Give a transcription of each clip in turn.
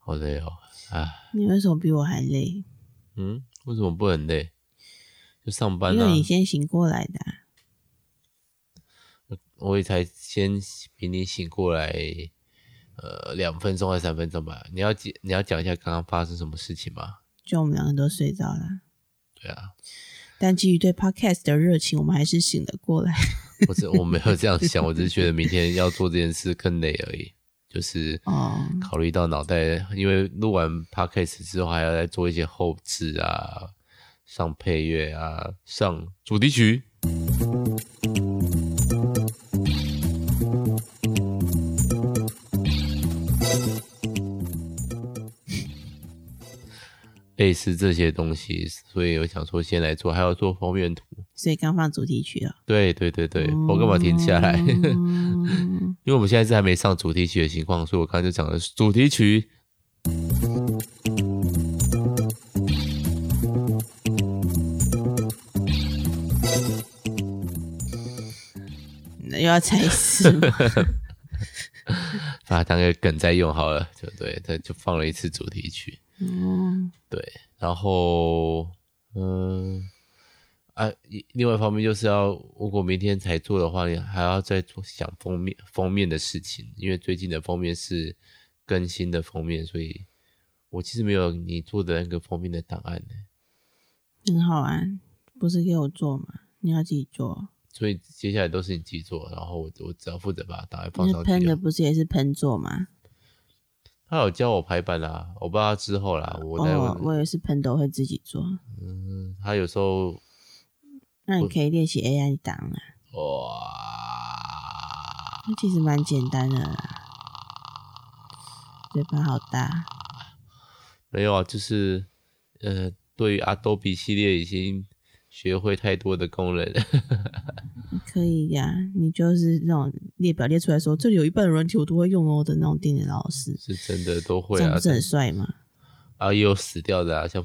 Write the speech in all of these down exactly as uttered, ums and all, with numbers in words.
好累哦，啊， 你为什么比我还累？ 嗯，为什么不很累？就上班啊。 因为你先醒过来的、啊。 我也才先比你醒过来，呃，两分钟还是三分钟吧。你要你要讲一下刚刚发生什么事情吗？ 就我们两个都睡着了。 对啊。 但基于对 podcast 的热情，我们还是醒了过来。 我是我没有这样想，我只是觉得明天要做这件事更累而已。就是考虑到脑袋，哦、因为录完 podcast 之后还要再做一些后制啊，上配乐啊，上主题曲。类似这些东西，所以我想说先来做，还要做封面图， 所以刚放主题曲了。 对对对对，嗯、我干嘛停下来？因为我们现在是还没上主题曲的情况，所以我刚才就讲了主题曲。 又要再一次吗？ 把它当个梗在用好了，就对，他就放了一次主题曲。嗯，对，然后，嗯、呃，啊，另外一方面就是要，如果明天才做的话，你还要再做想封面封面的事情，因为最近的封面是更新的封面，所以我其实没有你做的那个封面的档案呢。 很好玩，不是给我做吗？你要自己做。 所以接下来都是你自己做，然后我我只要负责把档案放上去。 喷的不是也是喷做吗？ 他有教我排版啦，我不知道之后啦，我再问。 哦，我也是喷都会自己做。 嗯，他有时候。 那你可以练习 A I 档啊。 哇， 那其实蛮简单的啦。嘴巴好大。 没有啊，就是呃，对于 Adobe 系列已经学会太多的功能了。 可以呀、啊，你就是那种列表列出来说，这里有一半的软体我都会用哦的那种电脑老师。 是真的都会啊。 这样不是很帅吗？ 啊，也有死掉的啊，像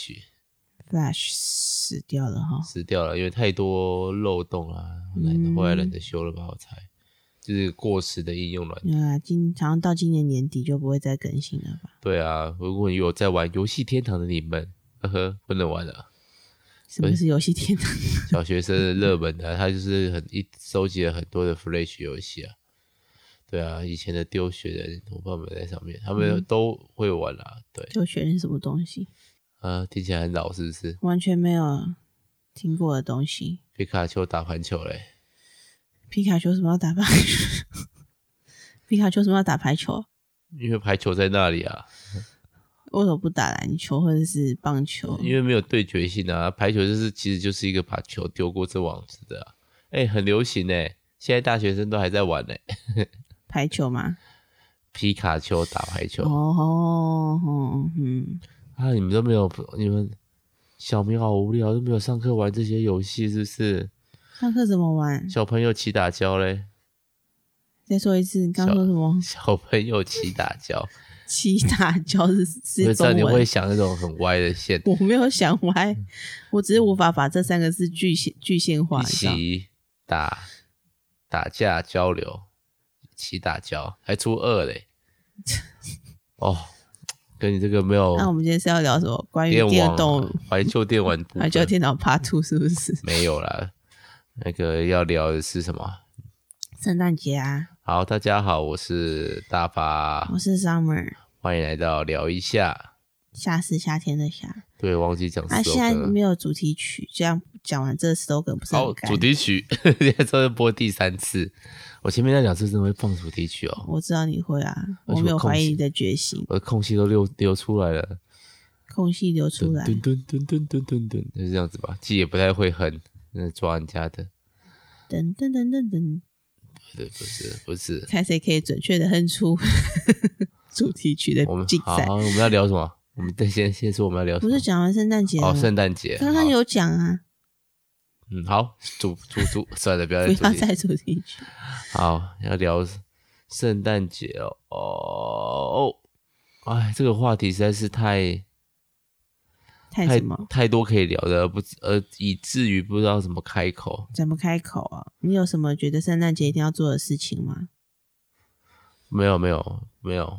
Flash。Flash 死掉了哈。 死掉了，因为太多漏洞啊，嗯、后来懒得修了吧，我猜。就是过时的应用软件。 啊，今好像到今年年底就不会再更新了吧？ 对啊，如果你有在玩游戏天堂的你们，呵呵，不能玩了。 什么是游戏天堂？ 小学生的热门的，他就是很一收集了很多的 Flash 游戏啊。对啊，以前的丢雪人，我朋友们在上面，他们都会玩啦。对， 丢雪人什么东西？ 啊，听起来很老是不是？ 完全没有听过的东西。 皮卡丘打排球嘞。 皮卡丘为什么要打排球？皮卡丘为什么要打排球？ 因为排球在那里啊。 为什么不打篮球或者是棒球？ 因为没有对决性啊。排球就是其实就是一个把球丢过这网子的、啊，哎、欸，很流行哎、欸，现在大学生都还在玩哎、欸。 排球吗？ 皮卡丘打排球。 哦，哦嗯。 啊，你们都没有，你们小明好无聊，都没有上课玩这些游戏是不是？ 上课怎么玩？ 小朋友骑打胶嘞。 再说一次，你刚说什么？ 小朋友骑打胶。 骑打胶是是中文。 你会想那种很歪的线。 我没有想歪，我只是无法把这三个字具现具现化。 骑打打架交流，骑打胶还出二嘞。哦。跟你这个没有。 那我们今天是要聊什么？关于电动怀旧电玩部分。 怀旧电脑 Part Two 是不是？ 没有啦，那个要聊的是什么？ 圣诞节啊！ 好，大家好，我是大发， 我是 Summer， 欢迎来到聊一下。 夏是夏天的夏。 对，忘记讲 slogan。 啊，现在没有主题曲，这样讲完这个 slogan 不是很干？ 好，主题曲，现在终于播第三次。我前面那两次真的会放主题曲哦。 我知道你会啊，我没有怀疑你的决心。 我的空隙都流流出来了， 空隙流出来， 噔噔噔噔噔噔噔，就是这样子吧。记也不太会哼，那抓人家的。 噔噔噔噔噔， 对，不是不是， 看谁可以准确的哼出主题曲的竞赛。 好，我们要聊什么？我们先先说我们要聊什么？ 不是讲完圣诞节了？ 哦，圣诞节， 刚刚有讲啊。 嗯，好，主主主，算了，不要不要再主题曲。 好，要聊圣诞节哦。哦，哎，这个话题实在是太太什么？ 太多可以聊的，不呃，以至于不知道怎么开口。 怎么开口啊？你有什么觉得圣诞节一定要做的事情吗？ 没有，没有，没有。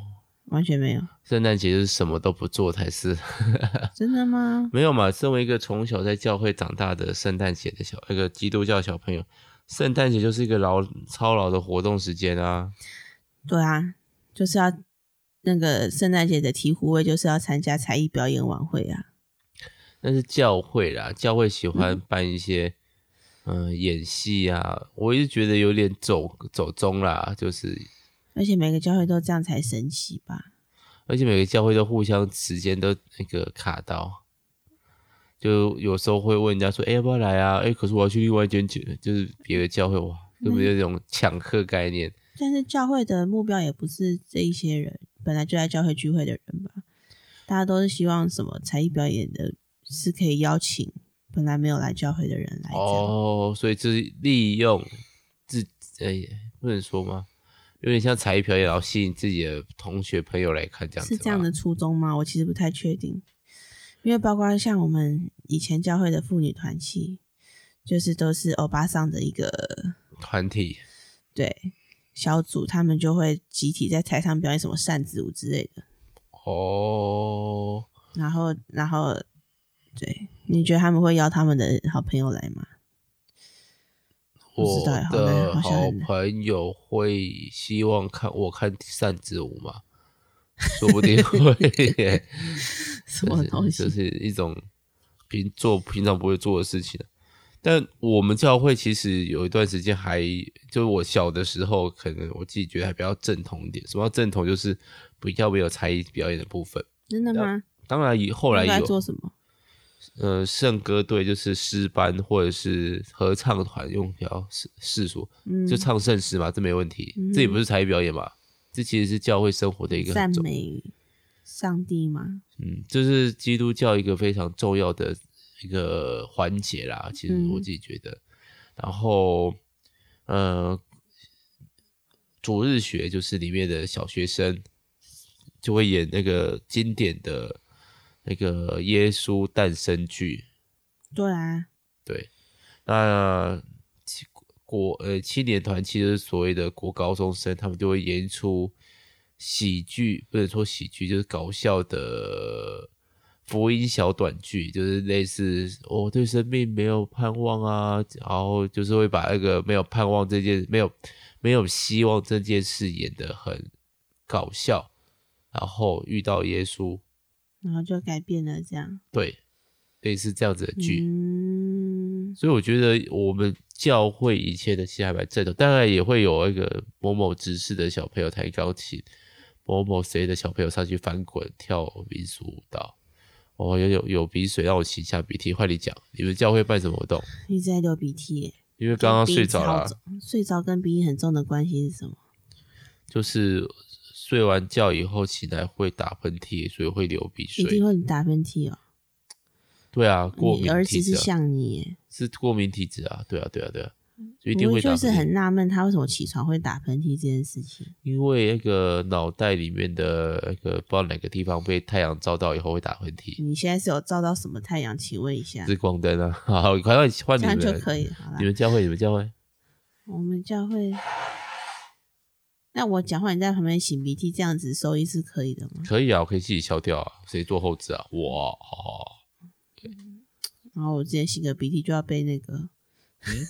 完全没有。 圣诞节就是什么都不做才是。 真的吗？ 没有嘛，身为一个从小在教会长大的圣诞节的小那个基督教小朋友，圣诞节就是一个劳超劳的活动时间啊。 对啊，就是要那个圣诞节的醍醐味就是要参加才艺表演晚会啊。 那是教会啦，教会喜欢办一些嗯、呃、演戏啊，我一直觉得有点走走中啦，就是而且每个教会都这样才神奇吧。 而且每个教会都互相时间都那个卡到，就有时候会问人家说，哎、欸，要不要来啊？哎、欸，可是我要去另外一间，就是别的教会，哇，根本就这种抢客概念。 但是教会的目标也不是这一些人，本来就在教会聚会的人吧？大家都是希望什么才艺表演的是可以邀请本来没有来教会的人来。 哦，所以就是利用自，哎、欸，不能说吗？有点像才艺表演，然后吸引自己的同学朋友来看，这样子是这样的初衷吗？我其实不太确定，因为包括像我们以前教会的妇女团契，就是都是欧巴桑的一个团体， 对小组，他们就会集体在台上表演什么扇子舞之类的。 哦， 然后，然后，对，你觉得他们会邀他们的好朋友来吗？ 我的好朋友会希望看我看扇子舞吗？说不定会耶。 什么东西？ 这是一种平做平常不会做的事情。但我们教会其实有一段时间还，就是我小的时候，可能我自己觉得还比较正统一点。什么叫正统？就是比较没有才艺表演的部分。 真的吗？ 当然，以后来有在做什么？ 呃，圣歌队就是诗班或者是合唱团，用比较世俗，嗯，就唱圣诗嘛，这没问题。嗯、这也不是才艺表演嘛，这其实是教会生活的一个赞美上帝嘛。 嗯，这是基督教一个非常重要的一个环节啦。其实我自己觉得，嗯、然后呃，主日学就是里面的小学生就会演那个经典的。那个耶稣诞生剧， 对啊， 对，那国呃青年团其实所谓的国高中生，他们就会演一出喜剧，不能说喜剧，就是搞笑的福音小短剧，就是类似我、哦、对生命没有盼望啊，然后就是会把那个没有盼望这件没有没有希望这件事演得很搞笑，然后遇到耶稣。 然后就改变了，这样对，类似这样子的剧， 嗯， 所以我觉得我们教会以前的其实还蛮正统，当然也会有一个某某执事的小朋友弹钢琴，某某谁的小朋友上去翻滚跳民俗舞蹈。哦，有有有鼻水，让我擤下鼻涕。换你讲，你们教会办什么活动？ 一直在流鼻涕耶， 因为刚刚睡着了。 睡着跟鼻音很重的关系是什么？ 就是睡完觉以后起来会打喷嚏，所以会流鼻水。 一定会打喷嚏哦。 对啊，过敏体质、啊。 你儿子是像你耶， 是过敏体质啊，对啊，对啊，对啊，就一定会打喷嚏。 我就是很纳闷，他为什么起床会打喷嚏这件事情。 因为那个脑袋里面的那个不知道哪个地方被太阳照到以后会打喷嚏。 你现在是有照到什么太阳？请问一下。 日光灯啊，好，快快换你们， 这样就可以好了。 你们教会，你们教会， 我们教会。那我讲话你在旁边擤鼻涕，这样子收音是可以的吗？ 可以啊，我可以自己消掉啊。谁做后置啊？哇，好好。对。 然后我之前擤个鼻涕就要被那个，嗯，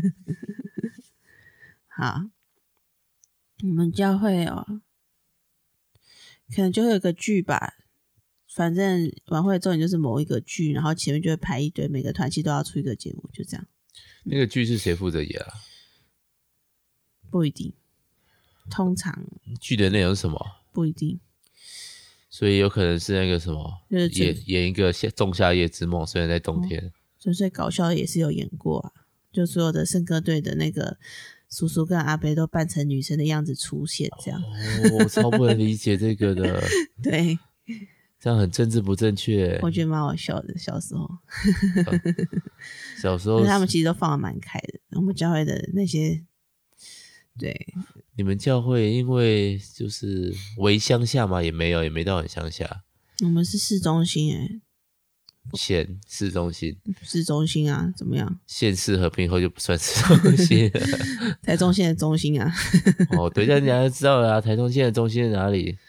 好，我们教会哦，可能就会有个剧吧，反正晚会的重点就是某一个剧，然后前面就会排一堆，每个团契都要出一个节目，就这样。 那个剧是谁负责演啊？ 不一定。通常剧的内容是什么？ 不一定， 所以有可能是那个什么，就是演演一个仲夏夜之梦，虽然在冬天。 纯粹搞笑的也是有演过啊，就所有的圣歌队的那个叔叔跟阿伯都扮成女生的样子出现，这样。 哦，我超不能理解这个的。 对， 这样很政治不正确。 我觉得蛮好笑的，小时候。啊、 小时候他们其实都放得蛮开的，我们教会的那些。对， 你们教会因为就是为乡下嘛，也没有，也没到很乡下。 我们是市中心诶， 县市中心， 市中心啊，怎么样？ 县市合并后就不算市中心了， 台中县的中心啊。 哦，对，但你还知道啊，台中县的中心在哪里？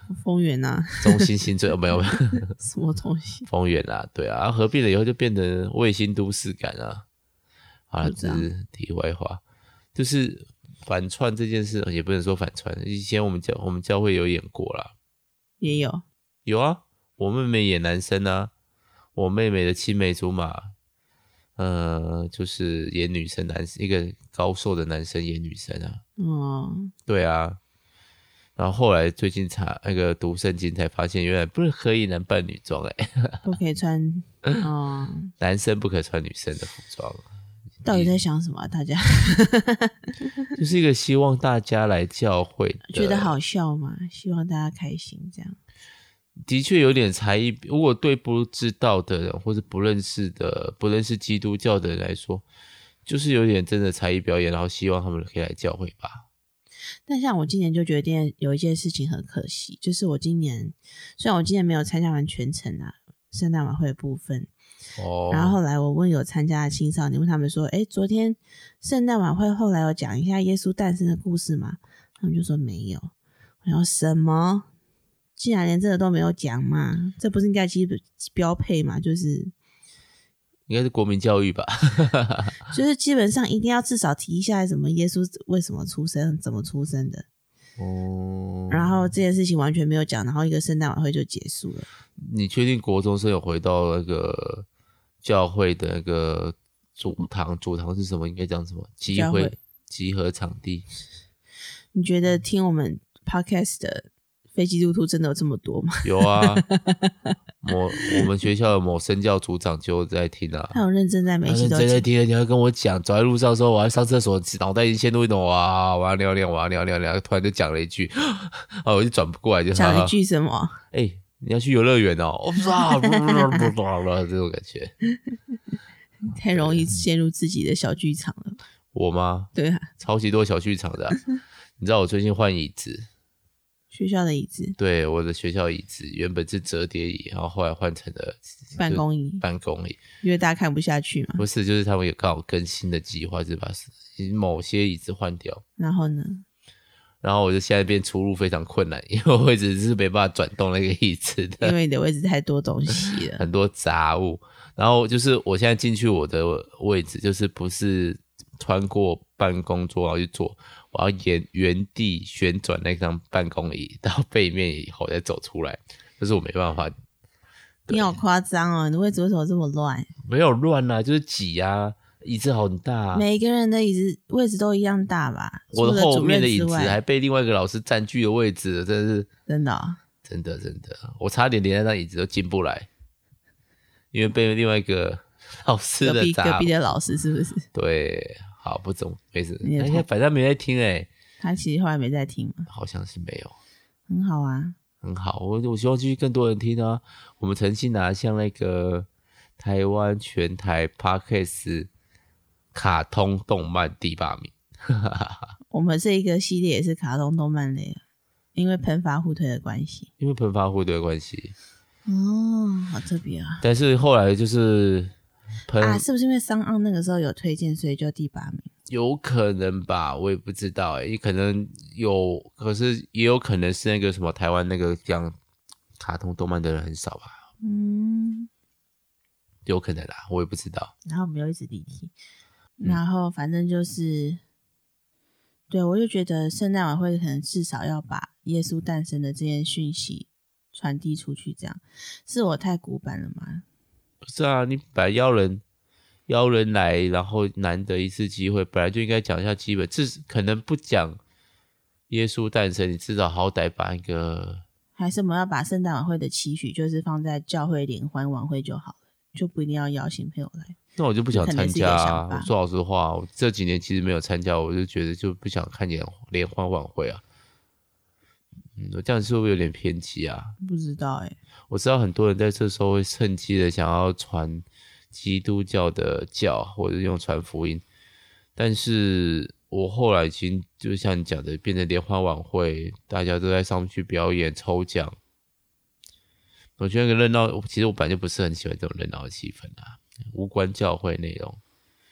丰原啊， 中心新村没有什么东西？ 丰原啊，对啊，合并了以后就变成卫星都市感啊。好了，这是题外话，就是反串这件事也不能说反串，以前我们教我们教会有演过啦， 也有有啊，我妹妹演男生啊，我妹妹的青梅竹马，呃，就是演女生男一个高瘦的男生演女生啊， 哦， 对啊。然后后来最近查那个读圣经才发现，原来不是可以男扮女装哎、欸， 不可以穿哦， 男生不可以穿女生的服装。 到底在想什么、啊？大家就是一个希望大家来教会的， 觉得好笑吗？希望大家开心，这样的确有点才艺。如果对不知道的人或是不认识的、不认识基督教的人来说，就是有点真的才艺表演，然后希望他们可以来教会吧。 但像我今年就决定有一件事情很可惜，就是我今年虽然我今年没有参加完全程啊圣诞晚会的部分， 哦， 然后后来我问有参加的青少年，问他们说，诶，昨天圣诞晚会后来有讲一下耶稣诞生的故事吗？他们就说没有。我说什么？既然连这个都没有讲嘛，这不是应该基本标配嘛？就是应该是国民教育吧， 就是基本上一定要至少提一下什么耶稣为什么出生，怎么出生的。 哦， 然后这件事情完全没有讲，然后一个圣诞晚会就结束了。 你确定国中生有回到那个教会的那个主堂？主堂是什么？应该讲什么？集会集合场地？ 你觉得听我们 podcast 的非基督徒真的有这么多吗？ 有啊，某我们学校的某生教组长就在听啊， 他有认真在每期都认真在听，你要跟我讲，走在路上说我要上厕所，脑袋已经陷入一种哇，我要尿尿，我要尿尿，尿，突然就讲了一句，啊，我就转不过来，就讲了一句什么？ 哎、欸，你要去游乐园哦，我不知道，这种感觉， 太容易陷入自己的小剧场了。 我吗？ 对啊， 超级多小剧场的、啊。你知道我最近换椅子， 学校的椅子， 对，我的学校椅子原本是折叠椅，然后后来换成了办公椅， 办公椅， 因为大家看不下去嘛。 不是，就是他们有刚好更新的计划，就是把某些椅子换掉。 然后呢？ 然后我就现在变出入非常困难，因为我位置是没办法转动那个椅子的， 因为你的位置太多东西了， 很多杂物。然后就是我现在进去我的位置，就是不是穿过办公桌然后去坐，我要沿原地旋转那张办公椅到背面以后再走出来，这是我没办法。 你好夸张哦！你的位置为什么这么乱？ 没有乱啊，就是挤啊，椅子好大、啊。 每个人的椅子位置都一样大吧？ 我的后面的椅子还被另外一个老师占据了位置，真的是真的、哦， 真的真的，我差点连那张椅子都进不来，因为被另外一个老师的隔壁砸。 隔壁的老师是不是？ 对，好不总没事， 哎呀，反正没在听哎、欸。 他其实后来没在听嘛？ 好像是没有。 很好啊， 很好，我我希望继续更多人听啊。我们曾经拿像那个台湾全台 Podcast 卡通动漫第八名。 我们这一个系列也是卡通动漫类，因为喷发互推的关系。 因为喷发互推的关系。 哦，好特别啊！ 但是后来就是喷啊，是不是因为商岸那个时候有推荐，所以就第八名？ 有可能吧，我也不知道诶、欸，可能有，可是也有可能是那个什么台湾那个讲卡通动漫的人很少吧。 嗯， 有可能啦，我也不知道。 然后我们又一直离题，然后反正就是，嗯、对我就觉得圣诞晚会可能至少要把耶稣诞生的这件讯息传递出去，这样是我太古板了吗？ 不是啊，你本来邀人邀人来，然后难得一次机会，本来就应该讲一下基本，至可能不讲耶稣诞生，你至少好歹把一个， 还是我们要把圣诞晚会的期许就是放在教会联欢晚会就好了，就不一定要邀新朋友来。 那我就不想参加啊！我说老实话，我这几年其实没有参加，我就觉得就不想看见联欢晚会啊。嗯，我这样是不是有点偏激啊？ 不知道哎、欸， 我知道很多人在这时候会趁机的想要传基督教的教，或者用传福音，但是我后来已经就像你讲的，变成联欢晚会，大家都在上去表演抽奖。我觉得那个热闹，其实我本来就不是很喜欢这种热闹的气氛啊，无关教会内容。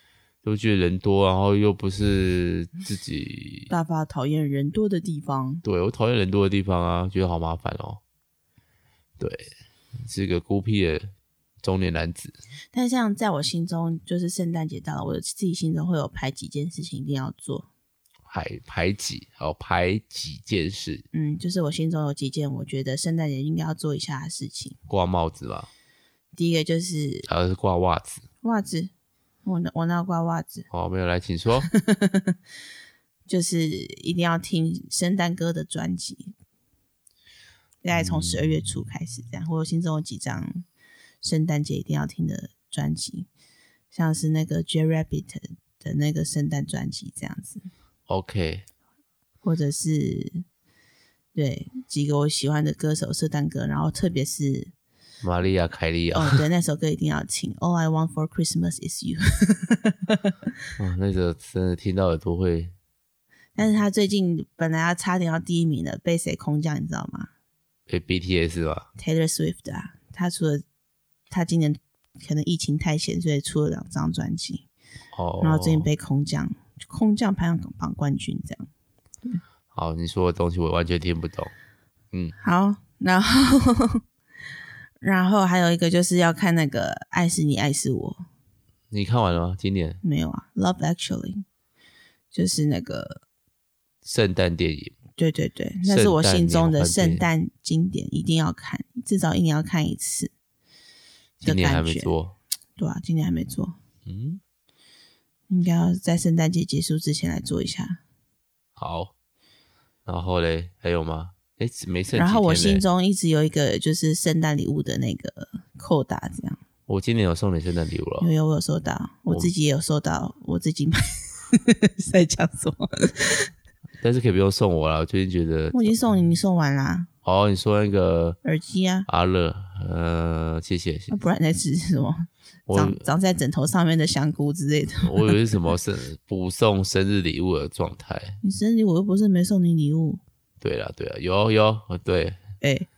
就觉得人多，然后又不是自己大发讨厌人多的地方。 对，我讨厌人多的地方啊，觉得好麻烦哦。对，是个孤僻的中年男子。 但像在我心中，就是圣诞节到了，我自己心中会有排几件事情一定要做。 排排几，好排几件事。 嗯，就是我心中有几件我觉得圣诞节应该要做一下的事情。 挂帽子嘛。 第一个就是还有是挂袜子。 袜子，我我那挂袜子。 哦，没有，来，请说。 就是一定要听圣诞歌的专辑，大概从十二月初开始这样。我心中有几张圣诞节一定要听的专辑，像是那个 J Rabbit 的那个圣诞专辑这样子。 OK， 或者是对几个我喜欢的歌手圣诞歌，然后特别是玛丽亚凯莉啊， 哦，对，那首歌一定要听。All I want for Christmas is you 哦，那个真的听到耳朵会。 但是他最近本来要差点要第一名的，被谁空降你知道吗？ 被 B T S 吧 Taylor Swift 啊，他除了他今年可能疫情太闲，所以出了两张专辑， 哦， 然后最近被空降。空降排行榜冠军这样。 好，你说的东西我完全听不懂。嗯， 好，然后然后还有一个就是要看那个爱是你爱是我。 你看完了吗？今年没有啊 Love Actually 就是那个圣诞电影。 对对对，那是我心中的圣诞经典，一定要看，至少一年要看一次。 今年还没做。 对啊，今年还没做。 嗯， 应该要在圣诞节结束之前来做一下。 好，然后嘞，还有吗？诶，没剩几天。 然后我心中一直有一个就是圣诞礼物的那个扣打，这样。 我今年有送你圣诞礼物了。 有有，我有收到，我自己也有收到，我自己买。在讲什么？ 但是可以不用送我啦，我最近觉得我已经送你，你送完啦。 哦，你说那个耳机啊？ 阿乐，呃，谢谢。 啊、不然那是什么？长长在枕头上面的香菇之类的。 我以为是什么生补送生日礼物的状态。 你生日我又不是没送你礼物。 对啦对啦，有有对。 哎、欸，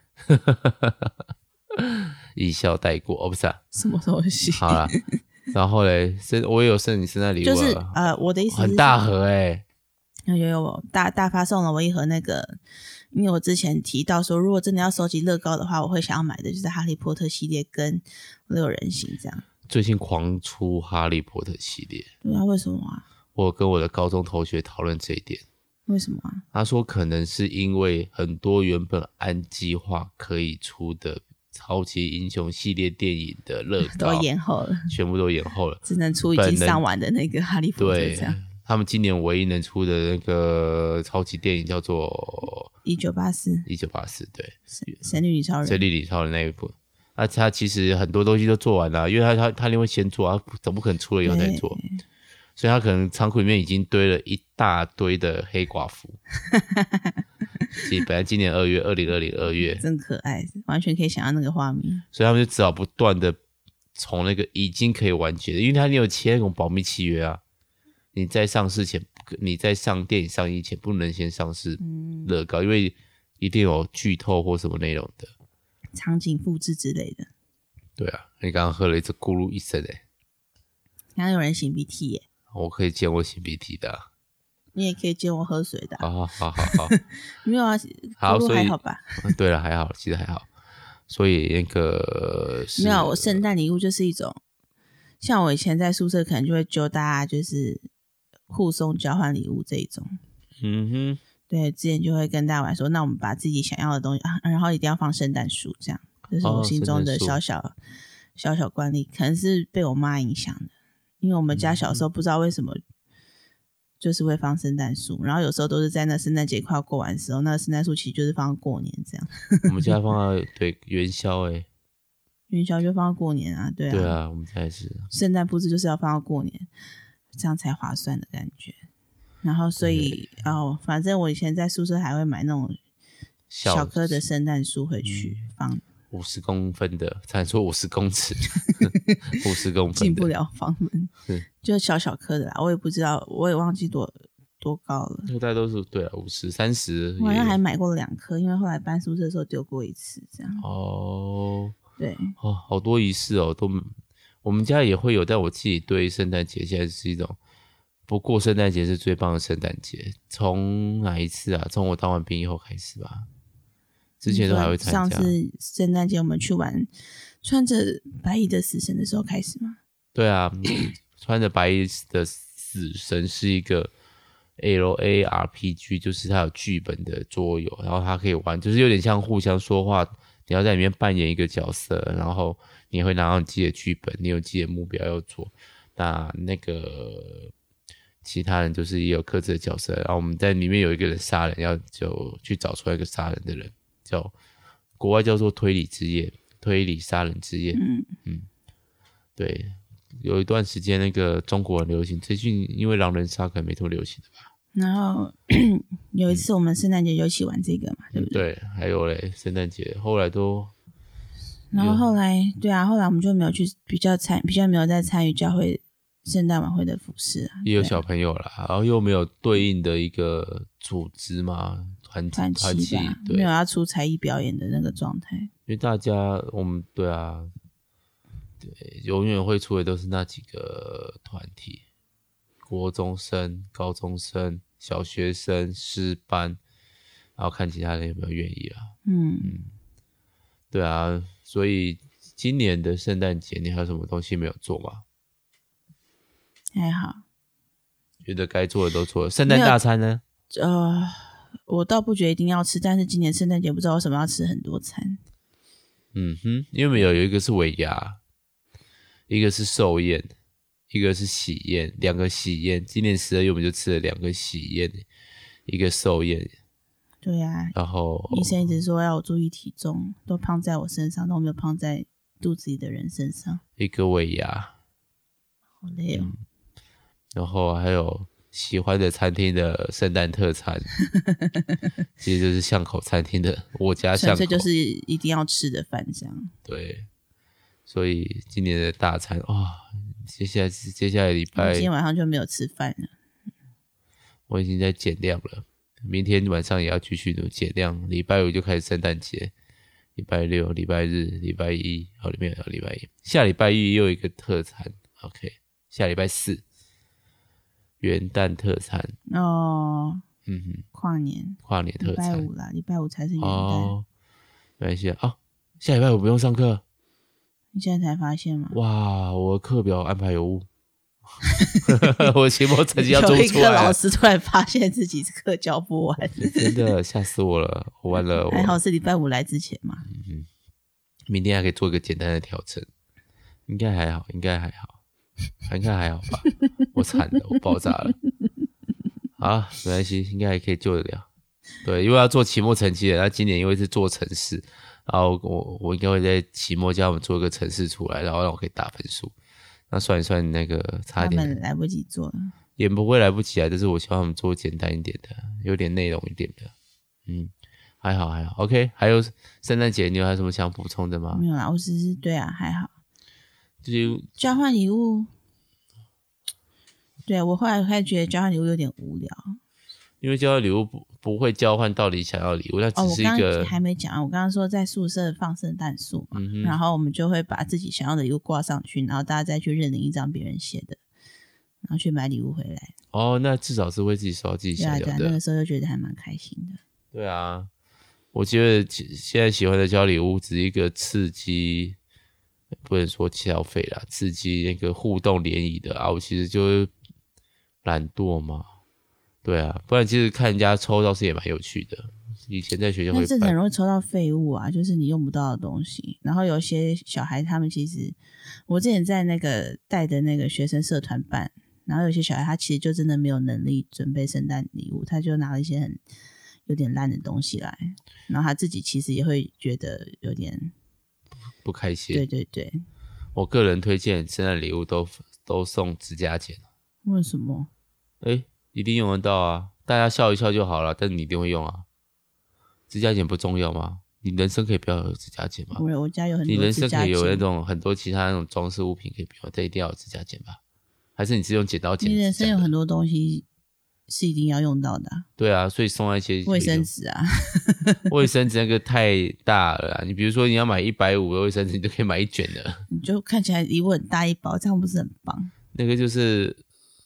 一笑带过，哦不是啊， 什么东西？ 好啦，然后嘞，生我也有送你圣诞礼物， 就是呃，我的意思是很大盒哎、 欸，有有有大大发送了我一盒那个，因为我之前提到说，如果真的要收集乐高的话，我会想要买的就是哈利波特系列跟六人行这样。 最近狂出哈利波特系列。 对啊，为什么啊？ 我有跟我的高中同学讨论这一点。 为什么啊？ 他说可能是因为很多原本按计划可以出的超级英雄系列电影的乐高都延后了， 全部都延后了， 只能出已经上完的那个哈利波特这样。 他们今年唯一能出的那个超级电影叫做一九八四一九八四，对， 神力女超人， 神力女超人那一部。那、啊、他其实很多东西都做完了，因为他他他一定会先做，他总不可能出了以后再做，所以他可能仓库里面已经堆了一大堆的黑寡妇。其实本来今年二月，二零二零二月， 真可爱，完全可以想象那个画面。 所以他们就只好不断的从那个已经可以完结的，因为他你有签那种保密契约啊，你在上市前，你在上电影上映前不能先上市乐高、嗯，因为一定有剧透或什么内容的。 场景复制之类的。 对啊，你刚刚喝了一只咕噜一声诶， 刚刚有人擤鼻涕耶。 我可以见我擤鼻涕的、啊， 你也可以见我喝水的、啊。 好好好好， 没有啊， 好， 所以还好吧？ 对了，还好，其实还好。所以那个没有，我圣诞礼物就是一种，像我以前在宿舍可能就会揪大家就是互送交换礼物这一种。 嗯哼。 对，之前就会跟大家玩说，那我们把自己想要的东西，啊、然后一定要放圣诞树，这样，这是我心中的小小、哦、小小惯例，可能是被我妈影响的。因为我们家小时候不知道为什么，就是会放圣诞树，然后有时候都是在那圣诞节快要过完的时候，那个圣诞树其实就是放过年这样。 我们家放到对元宵诶， 元宵就放到过年啊，对啊， 对啊，我们家也是。 圣诞布置就是要放到过年，这样才划算的感觉。然后所以哦，反正我以前在宿舍还会买那种小棵的圣诞树回去放， 五十公分的，才说五十公尺，五十公分进不了房门，就小小棵的啦。我也不知道，我也忘记多多高了。 大概都是对啊，五十、三十。 我好像还买过两颗，因为后来搬宿舍的时候丢过一次，这样。 哦， 对， 哦，好多仪式哦，都我们家也会有，但我自己对圣诞节现在是一种。 不过圣诞节是最棒的圣诞节。从哪一次啊？从我当完兵以后开始吧。之前都还会参加。 上次圣诞节我们去玩穿着白衣的死神的时候开始吗？ 对啊，穿着白衣的死神是一个 L A R P G， 就是它有剧本的桌游，然后它可以玩，就是有点像互相说话，你要在里面扮演一个角色，然后你会拿到你自己的剧本，你有自己的目标要做。那那个其他人就是也有各自的角色，然后我们在里面有一个人杀人，要就去找出来一个杀人的人，叫国外叫做推理之夜，推理杀人之夜。嗯嗯，对。有一段时间那个中国很流行，最近因为狼人杀可能没这么流行的吧。 然后有一次我们圣诞节就一起玩这个嘛，对不对？ 对，还有嘞，圣诞节后来都， 然后后来对啊，后来我们就没有去比较参，比较没有在参与教会圣诞晚会的服饰啊， 也有小朋友啦，然后又没有对应的一个组织嘛，团团契吧， 对， 没有要出才艺表演的那个状态。 因为大家我们对啊。对，永远会出的都是那几个团体，国中生、高中生、小学生、师班，然后看其他人有没有愿意啦。嗯嗯，对啊，所以今年的圣诞节你还有什么东西没有做吗？ 还好， 觉得该做的都做了。圣诞大餐呢？ 呃，我倒不觉得一定要吃，但是今年圣诞节不知道为什么要吃很多餐。 嗯哼，因为我们有有一个是尾牙。一个是寿宴，一个是喜宴，两个喜宴。今年十二月我们就吃了两个喜宴，一个寿宴。 对啊， 然后医生一直说要我注意体重，都胖在我身上，都没有胖在肚子里的人身上。 一个尾牙， 好累哦。 嗯、然后还有喜欢的餐厅的圣诞特餐，其实就是巷口餐厅的我家巷口， 纯粹就是一定要吃的饭这样。 对。所以今年的大餐哇、哦，接下来接下来礼拜， 今天晚上就没有吃饭了。 我已经在减量了，明天晚上也要继续的减量。礼拜五就开始圣诞节，礼拜六、礼拜日、礼拜一，哦，里面有礼拜一，下礼拜一又有一个特餐 ，OK， 下礼拜四元旦特餐哦， 嗯哼， 跨年跨年特餐， 礼拜五啦，礼拜五才是元旦。 哦，没关系啊，哦，下礼拜五不用上课。 你现在才发现吗？ 哇，我的课表安排有误，我期末成绩要做不出来。 有一个老师突然发现自己课教不完， 真的吓死我了，我完了。 还好是礼拜五来之前嘛。 嗯，明天还可以做一个简单的调整，应该还好，应该还好，应该还好吧？我惨了，我爆炸了。好，没关系，应该还可以救得了。对，因为要做期末成绩了，那今年因为是做程式。然后我我应该会在期末叫我们做一个程式出来，然后让我可以打分数。那算一算那个差点， 他们来不及做了， 也不会来不及啊。但是我希望他们做简单一点的，有点内容一点的。嗯，还好还好。OK， 还有圣诞节，你有还有什么想补充的吗？ 没有啦，我只是对啊，还好。 就是交换礼物，对我后来开始觉得交换礼物有点无聊。 因为交换礼物不不会交换到底想要礼物，那只是一个、哦、我刚刚还没讲，我刚刚说在宿舍放圣诞树嘛、嗯，然后我们就会把自己想要的礼物挂上去，然后大家再去认领一张别人写的，然后去买礼物回来。 哦，那至少是会自己收到自己想要的。 对啊，对啊，那个时候就觉得还蛮开心的。 对啊，我觉得现在喜欢的交礼物只是一个刺激，不能说消费啦，刺激那个互动联谊的啊。我其实就是懒惰嘛。对啊，不然其实看人家抽倒是也蛮有趣的。以前在学校会办， 但是很容易抽到废物啊，就是你用不到的东西。然后有些小孩他们其实，我之前在那个带的那个学生社团办，然后有些小孩他其实就真的没有能力准备圣诞礼物，他就拿了一些很有点烂的东西来，然后他自己其实也会觉得有点不开心。 对对对， 我个人推荐圣诞礼物都都送指甲剪。 为什么？ 诶一定用得到啊！大家笑一笑就好了，但是你一定会用啊。指甲剪不重要吗？你人生可以不要有指甲剪吗？ 我我家有很多指甲剪。你人生可以有那种很多其他那种装饰物品可以不用，但一定要有指甲剪吧？还是你是用剪刀剪？ 你人生有很多东西是一定要用到的、啊。 对啊，所以送一些卫生纸啊， 卫生纸那个太大了啦。你比如说你要买一百五的卫生纸，你就可以买一卷的。 你就看起来礼物很大一包，这样不是很棒？ 那个就是。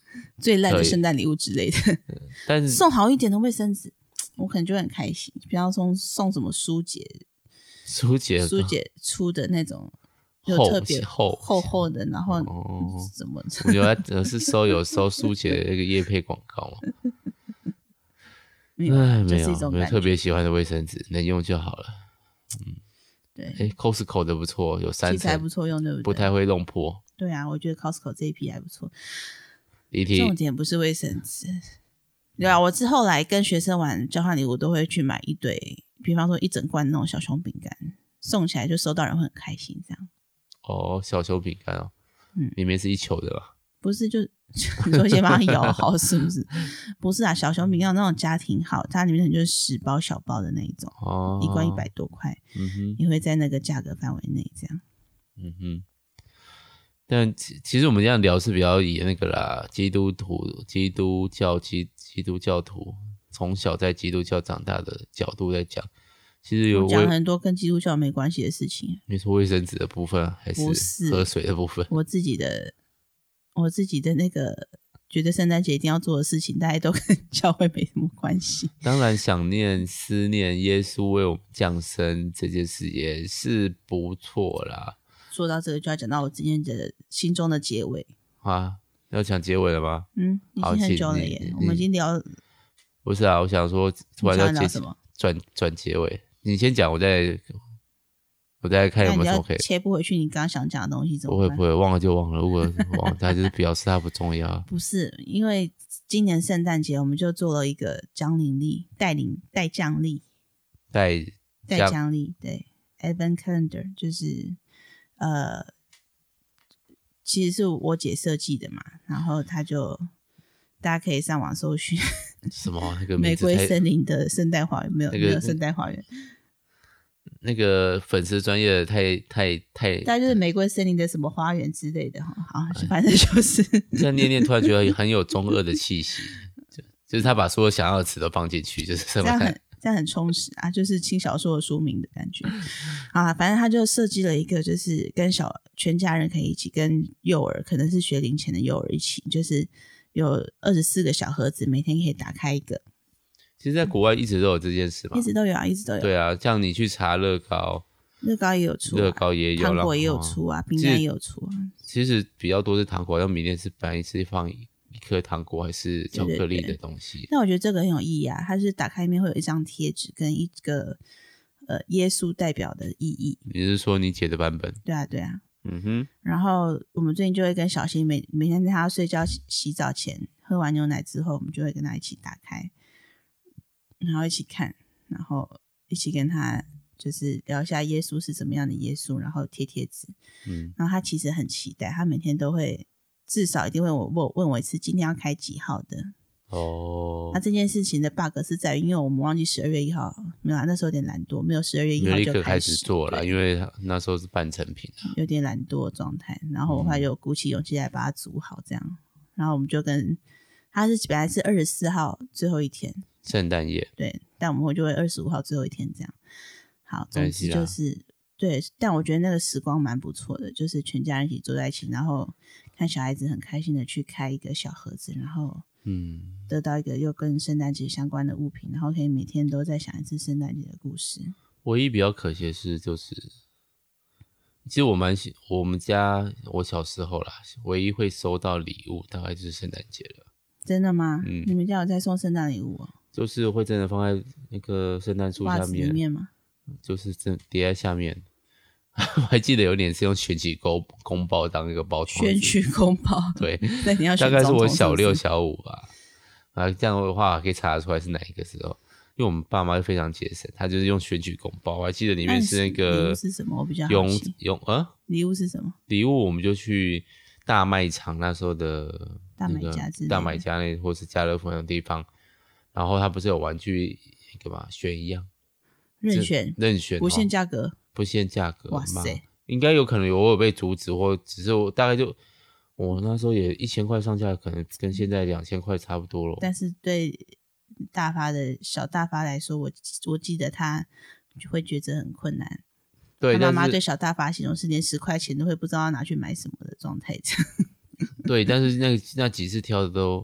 最烂的圣诞礼物之类的。 但是送好一点的卫生纸，我可能就会很开心。比方说送什么舒洁， 舒洁舒洁出的那种，有厚特别厚厚厚的，然后哦怎么？ 我觉得他是收有收舒洁的那个业配广告嘛。 没有， 哎， 就没有没有是一种感觉。 特别喜欢的卫生纸，能用就好了。嗯， 对， 哎 ，Costco 的不错，有三层， 其实还不错用，对不对？ 不太会弄破。 对啊，我觉得 Costco 这一批还不错。 离题重点不是卫生纸，对啊，我之后来跟学生玩交换礼物，都会去买一堆，比方说一整罐那种小熊饼干，送起来就收到人会很开心，这样。 哦，小熊饼干哦， 嗯， 里面是一球的吧？ 不是就你说先把它摇好是不是？不是啊，小熊饼干那种家庭号，它里面就是十包小包的那一种， 哦， 一罐一百多块， 嗯哼， 也会在那个价格范围内这样。 嗯哼。但其其实我们这样聊是比较以那个啦，基督徒、基督教、基基督教徒从小在基督教长大的角度在讲，其实有我讲很多跟基督教没关系的事情。 你说卫生纸的部分还不是是喝水的部分？ 我自己的，我自己的那个觉得圣诞节一定要做的事情，大家都跟教会没什么关系。 当然，想念、思念耶稣为我们降生这件事也是不错啦。 说到这个，就要讲到我今天的心中的结尾啊！要讲结尾了吗？ 嗯，已经很久了耶，我们已经聊。 不是啊，我想说，突然要聊什么？ 转转结尾，你先讲，我再我再看有没有什么可以切不回去。你刚刚想讲的东西怎么办？不会不会，忘了就忘了。如果忘了，它就是表示它不重要。 不是，因为今年圣诞节我们就做了一个奖领力带领带奖励带带奖励，对 ，Advent Calendar 就是。呃，其实是我姐设计的嘛，然后她就大家可以上网搜寻什么那个玫瑰森林的圣诞花园，没有、那个、没有圣诞花园， 那个粉丝专业的太太太， 大家就是玫瑰森林的什么花园之类的哈，好，反正就是这样念念，突然觉得很有中二的气息，就就是他把所有想要的词都放进去，就是这样很。这样很充实啊，就是轻小说的书名的感觉啊。反正他就设计了一个，就是跟小全家人可以一起，跟幼儿可能是学龄前的幼儿一起，就是有二十四个小盒子，每天可以打开一个。 其实，在国外一直都有这件事嘛， 一直都有啊，一直都有。 对啊，像你去查乐高， 乐高也有出、啊， 乐高也有， 糖果也有出啊，饼干也有出啊。 其实比较多是糖果，像明天是本来是放一颗糖果还是巧克力的东西。 对对对，那我觉得这个很有意义啊，它是打开面会有一张贴纸跟一个呃耶稣代表的意义。 你是说你姐的版本？ 对啊对啊。 嗯哼。 然后我们最近就会跟小新每每天在他睡觉洗澡前喝完牛奶之后，我们就会跟他一起打开，然后一起看，然后一起跟他就是聊一下耶稣是怎么样的耶稣，然后贴贴纸。 嗯。 然后他其实很期待，他每天都会。至少一定会我问问我一次，今天要开几号的？ 哦， 那这件事情的 bug 是在于，因为我们忘记十二月一号，没有啊，那时候有点懒惰，没有十二月一号就开始做了，因为那时候是半成品， 有点懒惰的状态。然后我后来就鼓起勇气来把它组好，这样。然后我们就跟他是本来是二十四号最后一天， 圣诞夜， 对，但我们就会二十五号最后一天这样。好，总之就是对，但我觉得那个时光蛮不错的，就是全家人一起坐在一起，然后看小孩子很开心的去开一个小盒子，然后嗯，得到一个又跟圣诞节相关的物品，然后可以每天都在想一次圣诞节的故事。 唯一比较可惜的是，就是其实我蛮喜我们家我小时候啦，唯一会收到礼物大概就是圣诞节了。 真的吗？ 嗯， 你们家有在送圣诞礼物哦？ 就是会真的放在那个圣诞树下面， 袜子里面吗？ 就是真叠在下面。我还记得有点是用选举公公报当一个包装， 选举公报， 对， 那你要大概是我小六小五吧。啊，这样的话可以查得出来是哪一个时候，因为我们爸妈非常节省，他就是用选举公报。我还记得里面是那个礼物是什么？我比较好奇。用啊， 礼物是什么？ 礼物我们就去大卖场那时候的大买家之类的大买家那或是家乐福那种地方，然后他不是有玩具一个嘛，选一样， 任选， 任选， 不限价格。 不限价格， 哇塞， 应该有可能有我有被阻止，或只是我大概就我那时候也一千块上下，可能跟现在两千块差不多了。 但是对大发的小大发来说，我我记得他就会觉得很困难。 对， 他妈妈对小大发形容是连十块钱都会不知道要拿去买什么的状态。 对，但是那那几次挑的都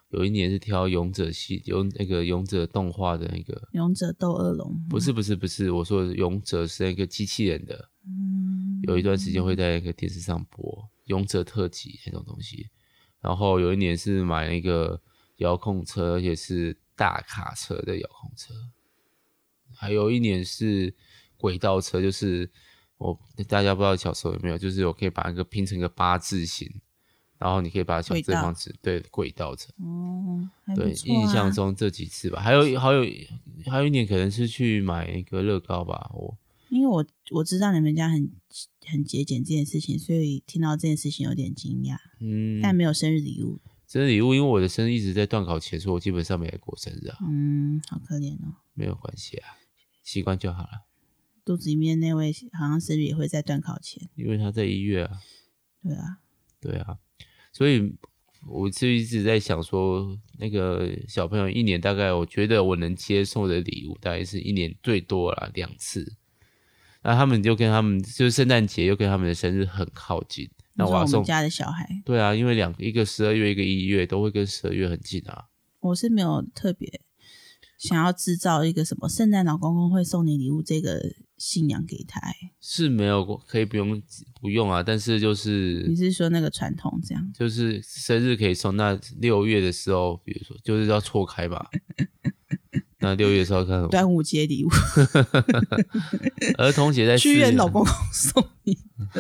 有一年是挑勇者系有那个勇者动画的那个勇者斗恶龙， 不是不是不是，我说的勇者是那个机器人的，嗯，有一段时间会在那个电视上播勇者特辑那种东西。然后有一年是买那个遥控车，而且是大卡车的遥控车。还有一年是轨道车，就是我大家不知道小时候有没有，就是我可以把那个拼成个八字形。然后你可以把小这方子对轨道车哦，还不对， 错啊， 印象中这几次吧，还有还有还有一年可能是去买一个乐高吧，我因为我我知道你们家很很节俭这件事情，所以听到这件事情有点惊讶，嗯，但没有生日礼物， 生日礼物因为我的生日一直在段考前，所以我基本上没来过生日啊， 嗯，好可怜哦， 没有关系啊，习惯就好了。 肚子里面那位好像生日也会在段考前， 因为他在一月啊， 对啊， 对啊。所以我就一直在想说，那个小朋友一年大概，我觉得我能接受的礼物大概是一年最多啦两次。那他们就跟他们就是圣诞节又跟他们的生日很靠近。那我要送我们家的小孩， 对啊，因为两一个十二月一个一月都会跟十二月很近啊。 我是没有特别想要制造一个什么圣诞老公公会送你礼物这个信仰给他、欸， 是没有可以不用不用啊，但是就是你是说那个传统这样， 就是生日可以送，那六月的时候，比如说就是要错开嘛，那六月的时候看端午节礼物， 儿童节在屈原老公公送你，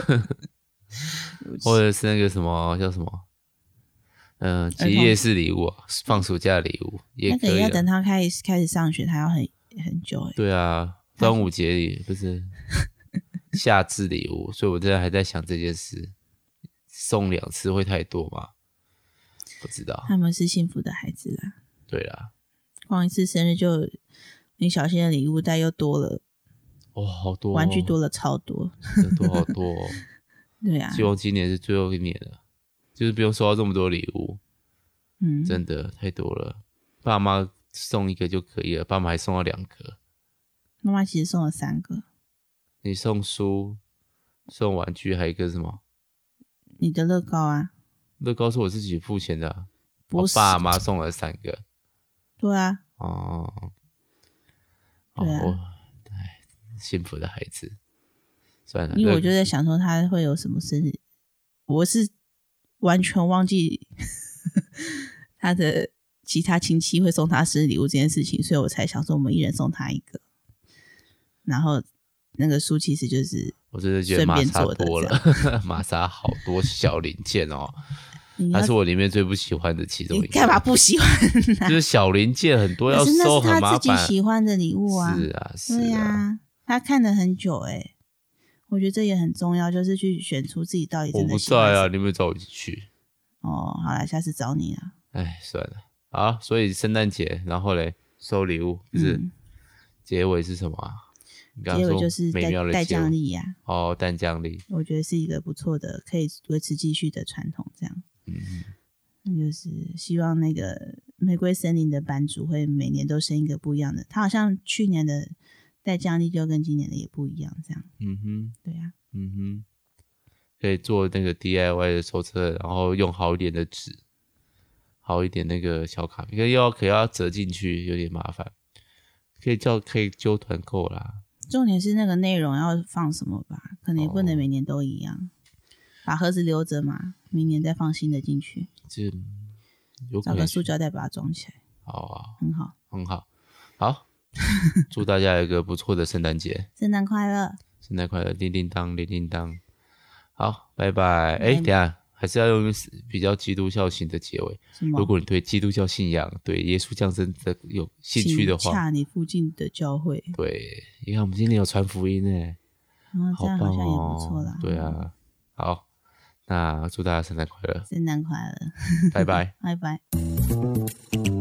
或者是那个什么叫什么，嗯、呃，结业式礼物、啊，放暑假礼物也可以。 那个要等他开始开始上学，他要很很久哎、欸。 对啊。端午节里不是夏至礼物，所以我真的还在想这件事，送两次会太多吗？不知道。 他们是幸福的孩子啦。 对啦， 光一次生日就你小心的礼物袋又多了， 哦，好多、哦， 玩具多了超多， 多好多、哦。 对啊， 希望今年是最后一年了，就是不用收到这么多礼物。嗯，真的太多了，爸妈送一个就可以了，爸妈还送了两个。 妈妈其实送了三个， 你送书、送玩具，还有一个什么？ 你的乐高啊？ 乐高是我自己付钱的、啊， 不是， 我爸妈送了三个。 对啊， 哦， 对啊， 哦，哎，幸福的孩子。算了， 因为我就在想说他会有什么生日，我是完全忘记他的其他亲戚会送他生日礼物这件事情，所以我才想说我们一人送他一个。然后那个书其实就是我真的觉得玛莎多了，玛莎好多小零件哦，它是我里面最不喜欢的其中一个。 你干嘛不喜欢、啊？ 就是小零件很多要收，很麻烦。 那是他自己喜欢的礼物啊， 是啊，是啊， 对啊，他看了很久哎、欸，我觉得这也很重要，就是去选出自己到底真的喜欢。 我不在啊，你们找我一起去。 哦，好啦，下次找你啊。 哎，算了，好，所以圣诞节，然后嘞收礼物，不是、嗯、结尾是什么啊？ 结尾就是带奖励呀， 哦，带奖励， 我觉得是一个不错的，可以维持继续的传统。这样，嗯，那就是希望那个玫瑰森林的版主会每年都生一个不一样的。他好像去年的带奖励就跟今年的也不一样，这样，嗯哼，对呀、啊， 嗯哼，可以做那个 D I Y 的手册，然后用好一点的纸，好一点那个小卡片，可要可要折进去，有点麻烦。可以叫可以揪团购啦。 重点是那个内容要放什么吧，可能也不能每年都一样，哦、把盒子留着嘛，明年再放新的进去。 这有可能找个塑胶袋把它装起来。 好啊， 很好， 很好，好，祝大家有一个不错的圣诞节， 圣诞快乐， 圣诞快乐，叮叮当，叮叮当，好，拜拜。哎，等一下。还是要用比较基督教型的结尾。如果你对基督教信仰、对耶稣降生的有兴趣的话， 请洽你附近的教会。 对，你看我们今天有传福音诶， 嗯， 好棒哦， 这样好像也不错啦。 对啊，好，那祝大家圣诞快乐， 圣诞快乐， 拜拜， 拜拜。